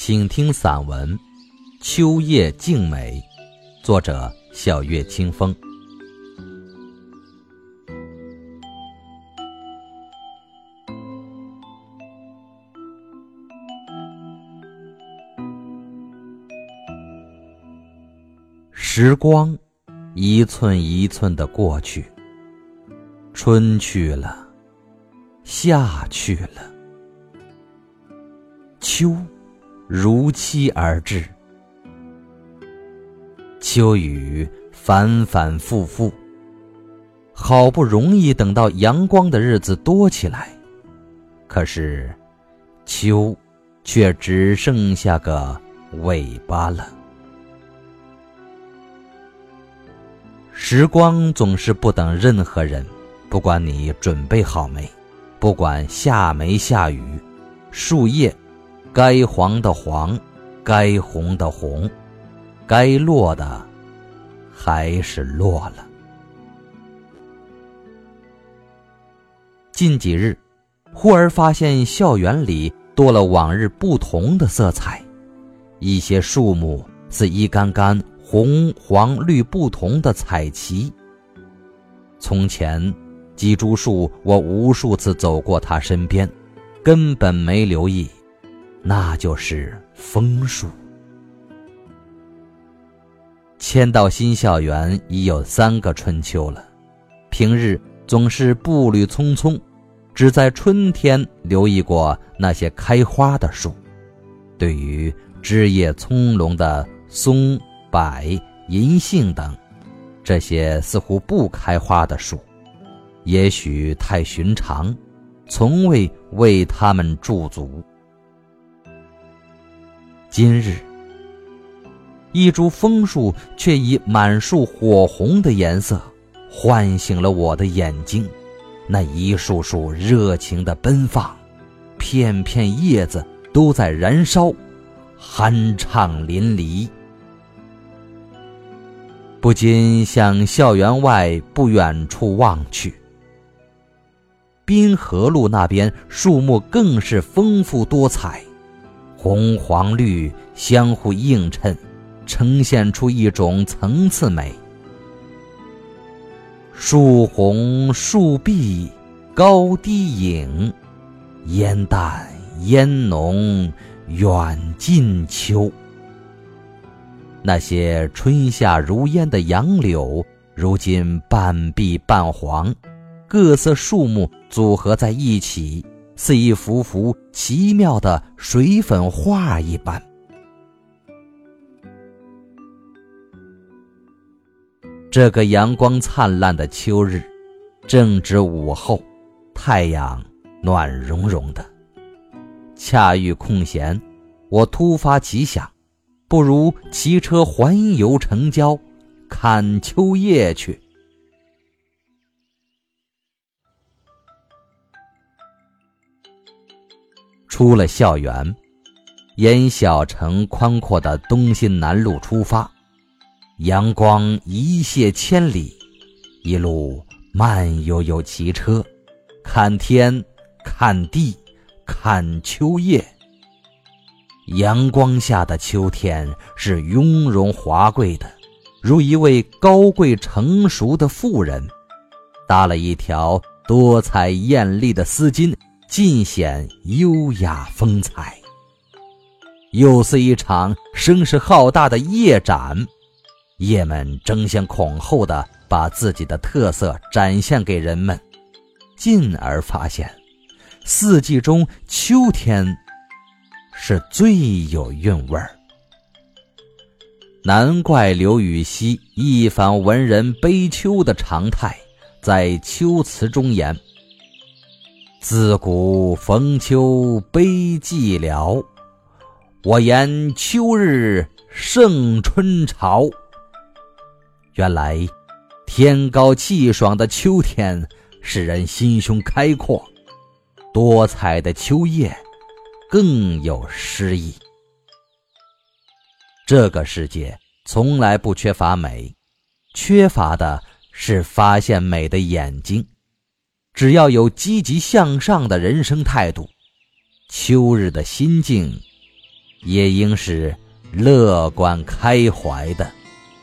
请听散文《秋夜静美》，作者晓月清风。时光一寸一寸地过去，春去了，夏去了，秋如期而至。秋雨反反复复，好不容易等到阳光的日子多起来，可是秋却只剩下个尾巴了。时光总是不等任何人，不管你准备好没，不管下没下雨，树叶该黄的黄，该红的红，该落的还是落了。近几日，忽而发现校园里多了往日不同的色彩，一些树木似一杆杆红黄绿不同的彩旗。从前几株树我无数次走过它身边，根本没留意，那就是枫树。迁到新校园已有3个春秋了，平日总是步履匆匆，只在春天留意过那些开花的树。对于枝叶葱茏的松、柏、银杏等这些似乎不开花的树，也许太寻常，从未为它们驻足。今日一株枫树却以满树火红的颜色唤醒了我的眼睛，那一束束热情的奔放，片片叶子都在燃烧，酣畅淋漓。不禁向校园外不远处望去，滨河路那边树木更是丰富多彩，红黄绿相互映衬，呈现出一种层次美。树红树碧高低影，烟淡烟浓远近秋。那些春夏如烟的杨柳，如今半碧半黄，各色树木组合在一起，似一幅幅奇妙的水粉画一般。这个阳光灿烂的秋日，正值午后，太阳暖融融的。恰遇空闲，我突发奇想，不如骑车环游城郊，看秋叶去。出了校园，沿小城宽阔的东新南路出发，阳光一泻千里，一路慢悠悠骑车，看天看地看秋叶。阳光下的秋天是雍容华贵的，如一位高贵成熟的妇人，搭了一条多彩艳丽的丝巾，尽显优雅风采。又似一场声势浩大的夜展，夜们争先恐后地把自己的特色展现给人们，进而发现四季中秋天是最有韵味儿。难怪刘禹锡一反文人悲秋的常态，在秋词中言：自古逢秋悲寂寥，我言秋日胜春潮。原来天高气爽的秋天使人心胸开阔，多彩的秋叶更有诗意。这个世界从来不缺乏美，缺乏的是发现美的眼睛。只要有积极向上的人生态度，秋日的心境也应是乐观开怀的。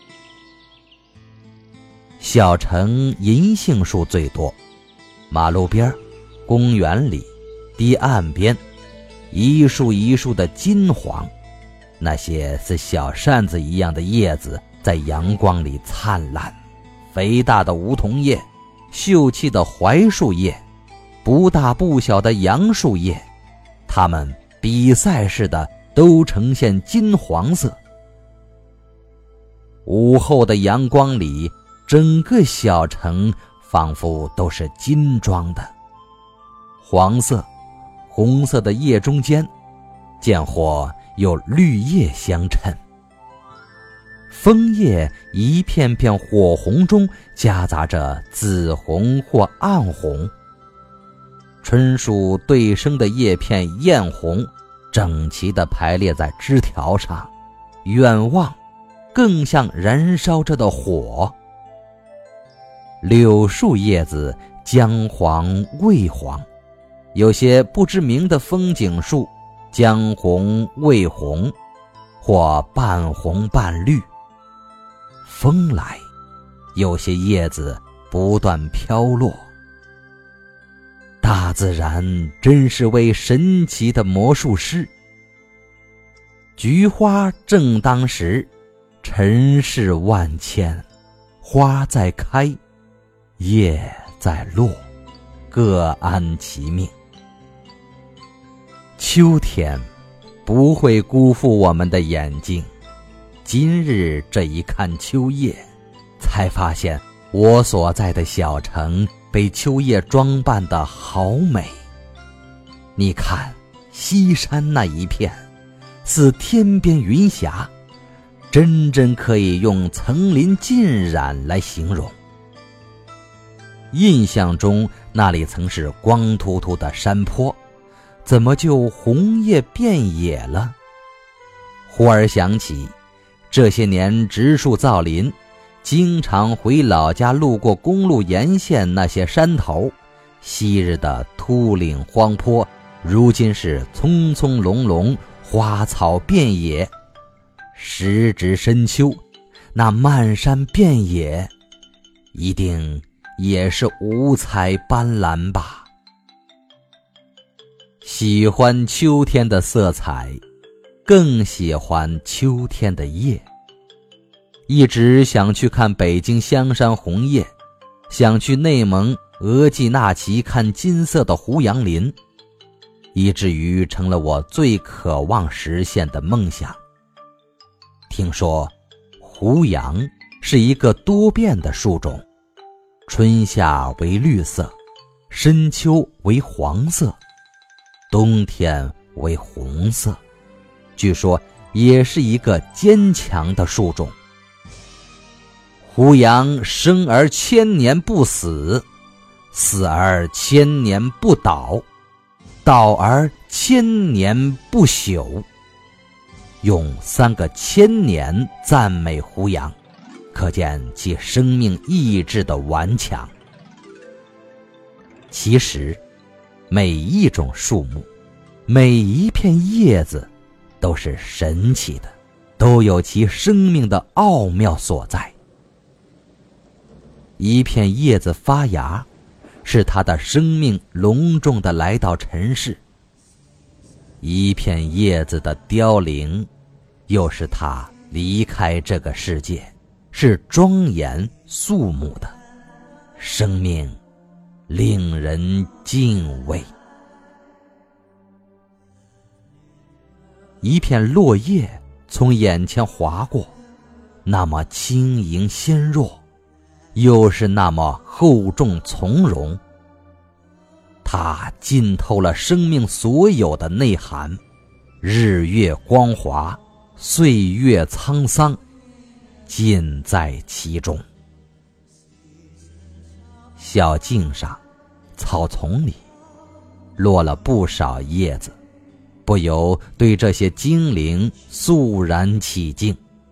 小城银杏树最多，马路边、公园里、堤岸边，一束一束的金黄，那些似小扇子一样的叶子在阳光里灿烂。肥大的梧桐叶，秀气的槐树叶，不大不小的杨树叶，它们比赛似的都呈现金黄色。午后的阳光里，整个小城仿佛都是金装的。黄色、红色的叶中间，见或有绿叶相衬。枫叶一片片火红中夹杂着紫红或暗红，春树对生的叶片艳红，整齐地排列在枝条上，远望更像燃烧着的火。柳树叶子姜黄未黄，有些不知名的风景树姜红未红，或半红半绿。风来，有些叶子不断飘落。大自然真是位神奇的魔术师。菊花正当时，尘世万千，花在开，叶在落，各安其命。秋天不会辜负我们的眼睛。今日这一看秋叶，才发现我所在的小城被秋叶装扮得好美。你看西山那一片，似天边云霞，真真可以用层林尽染来形容。印象中那里曾是光秃秃的山坡，怎么就红叶遍野了？忽而想起这些年植树造林，经常回老家路过公路沿线那些山头，昔日的秃岭荒坡，如今是葱葱茏茏，花草遍野。时值深秋，那漫山遍野，一定也是五彩斑斓吧。喜欢秋天的色彩，更喜欢秋天的叶。一直想去看北京香山红叶，想去内蒙额济纳旗看金色的胡杨林，以至于成了我最渴望实现的梦想。听说胡杨是一个多变的树种，春夏为绿色，深秋为黄色，冬天为红色，据说也是一个坚强的树种。胡杨生而千年不死，死而千年不倒，倒而千年不朽。用3个千年赞美胡杨，可见其生命意志的顽强。其实每一种树木，每一片叶子都是神奇的，都有其生命的奥妙所在。一片叶子发芽，是它的生命隆重地来到尘世；一片叶子的凋零，又是它离开这个世界，是庄严肃穆的，生命令人敬畏。一片落叶从眼前划过，那么轻盈纤弱，又是那么厚重从容。它浸透了生命所有的内涵，日月光华，岁月沧桑，尽在其中。小径上，草丛里，落了不少叶子，不由对这些精灵肃然起敬。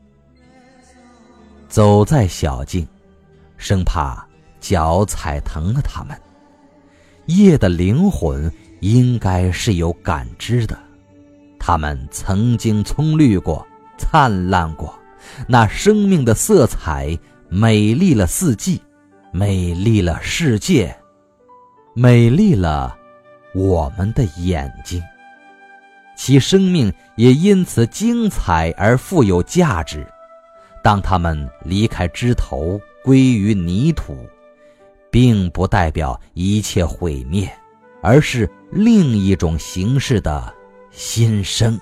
走在小径，生怕脚踩疼了它们。叶的灵魂应该是有感知的， 它们曾经葱绿过，灿烂过，那生命的色彩美丽了四季，美丽了世界，美丽了我们的眼睛。其生命也因此精彩而富有价值。当它们离开枝头归于泥土，并不代表一切毁灭，而是另一种形式的新生。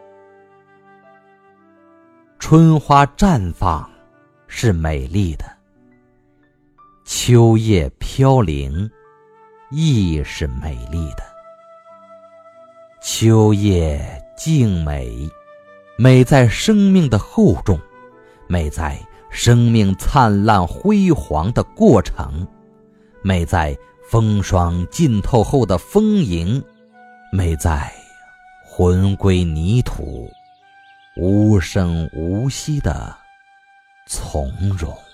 春花绽放是美丽的，秋叶飘零亦是美丽的。秋叶静美，美在生命的厚重，美在生命灿烂辉煌的过程，美在风霜浸透后的丰盈，美在魂归泥土无声无息的从容。